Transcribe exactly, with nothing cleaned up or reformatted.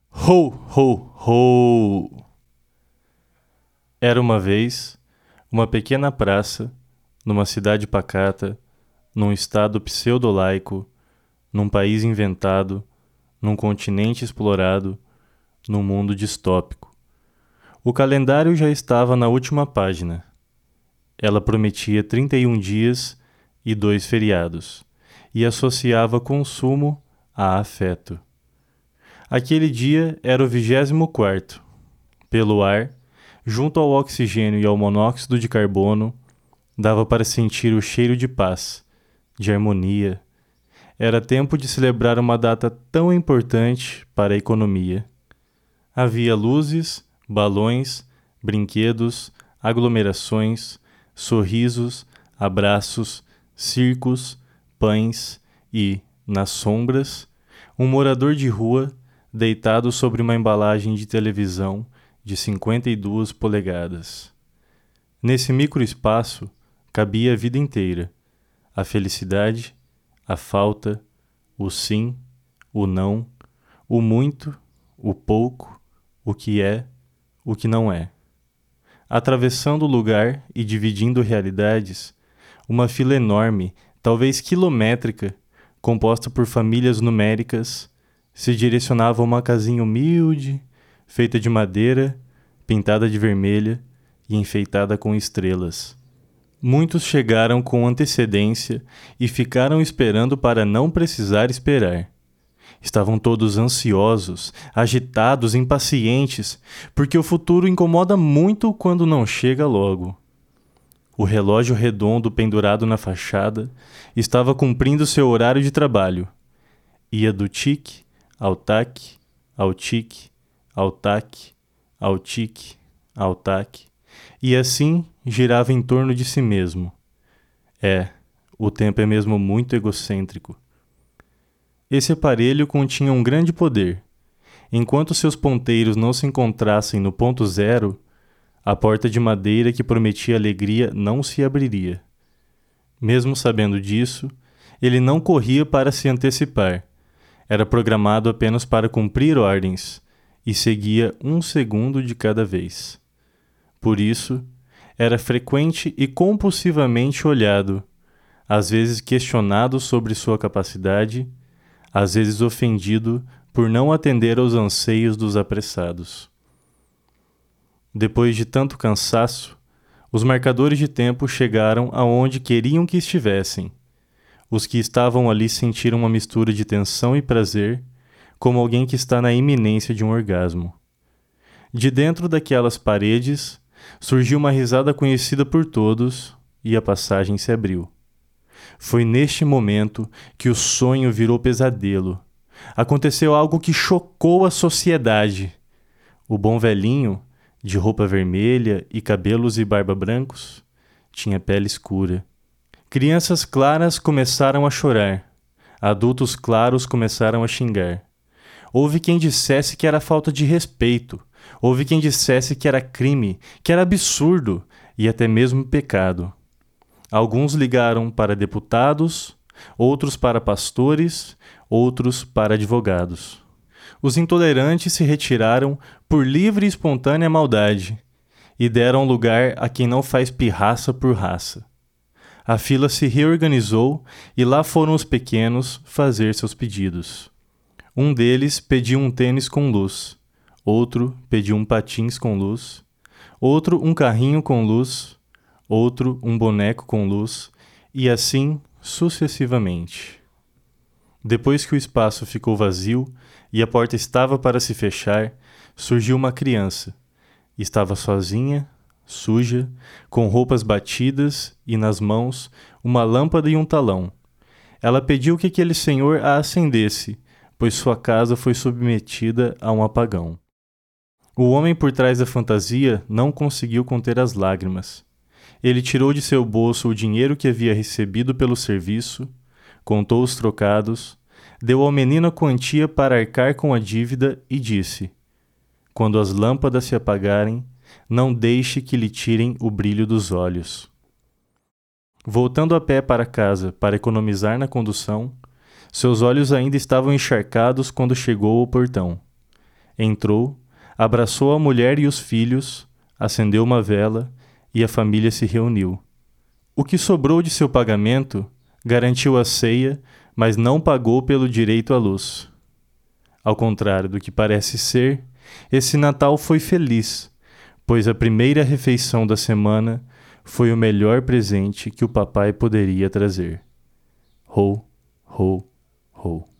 Ho, ho, ho! Era uma vez uma pequena praça, numa cidade pacata, num estado pseudolaico, num país inventado, num continente explorado, num mundo distópico. O calendário já estava na última página. Ela prometia trinta e um dias e dois feriados, e associava consumo a afeto. Aquele dia era o vigésimo quarto. Pelo ar, junto ao oxigênio e ao monóxido de carbono, dava para sentir o cheiro de paz, de harmonia. Era tempo de celebrar uma data tão importante para a economia. Havia luzes, balões, brinquedos, aglomerações, sorrisos, abraços, circos, pães e, nas sombras, um morador de rua deitado sobre uma embalagem de televisão de cinquenta e duas polegadas. Nesse microespaço cabia a vida inteira, a felicidade, a falta, o sim, o não, o muito, o pouco, o que é, o que não é. Atravessando o lugar e dividindo realidades, uma fila enorme, talvez quilométrica, composta por famílias numéricas, se direcionava a uma casinha humilde, feita de madeira, pintada de vermelha e enfeitada com estrelas. Muitos chegaram com antecedência e ficaram esperando para não precisar esperar. Estavam todos ansiosos, agitados, impacientes, porque o futuro incomoda muito quando não chega logo. O relógio redondo pendurado na fachada estava cumprindo seu horário de trabalho. Ia do tique ao taque, ao tique, ao taque, ao tique, ao taque, e assim girava em torno de si mesmo. É, o tempo é mesmo muito egocêntrico. Esse aparelho continha um grande poder. Enquanto seus ponteiros não se encontrassem no ponto zero, a porta de madeira que prometia alegria não se abriria. Mesmo sabendo disso, ele não corria para se antecipar. Era programado apenas para cumprir ordens e seguia um segundo de cada vez. Por isso, era frequente e compulsivamente olhado, às vezes questionado sobre sua capacidade, às vezes ofendido por não atender aos anseios dos apressados. Depois de tanto cansaço, os marcadores de tempo chegaram aonde queriam que estivessem. Os que estavam ali sentiram uma mistura de tensão e prazer, como alguém que está na iminência de um orgasmo. De dentro daquelas paredes, surgiu uma risada conhecida por todos e a passagem se abriu. Foi neste momento que o sonho virou pesadelo. Aconteceu algo que chocou a sociedade. O bom velhinho, de roupa vermelha e cabelos e barba brancos, tinha pele escura. Crianças claras começaram a chorar. Adultos claros começaram a xingar. Houve quem dissesse que era falta de respeito. Houve quem dissesse que era crime, que era absurdo e até mesmo pecado. Alguns ligaram para deputados, outros para pastores, outros para advogados. Os intolerantes se retiraram por livre e espontânea maldade e deram lugar a quem não faz pirraça por raça. A fila se reorganizou e lá foram os pequenos fazer seus pedidos. Um deles pediu um tênis com luz, outro pediu um patins com luz, outro um carrinho com luz, outro um boneco com luz, e assim sucessivamente. Depois que o espaço ficou vazio e a porta estava para se fechar, surgiu uma criança. Estava sozinha, suja, com roupas batidas e nas mãos uma lâmpada e um talão. Ela pediu que aquele senhor a acendesse, pois sua casa foi submetida a um apagão. O homem por trás da fantasia não conseguiu conter as lágrimas. Ele tirou de seu bolso o dinheiro que havia recebido pelo serviço, contou os trocados, deu ao menino a quantia para arcar com a dívida e disse: "Quando as lâmpadas se apagarem, não deixe que lhe tirem o brilho dos olhos." Voltando a pé para casa para economizar na condução, seus olhos ainda estavam encharcados quando chegou ao portão. Entrou, abraçou a mulher e os filhos, acendeu uma vela e a família se reuniu. O que sobrou de seu pagamento garantiu a ceia, mas não pagou pelo direito à luz. Ao contrário do que parece ser, esse Natal foi feliz, pois a primeira refeição da semana foi o melhor presente que o papai poderia trazer. Ho, ho, ho.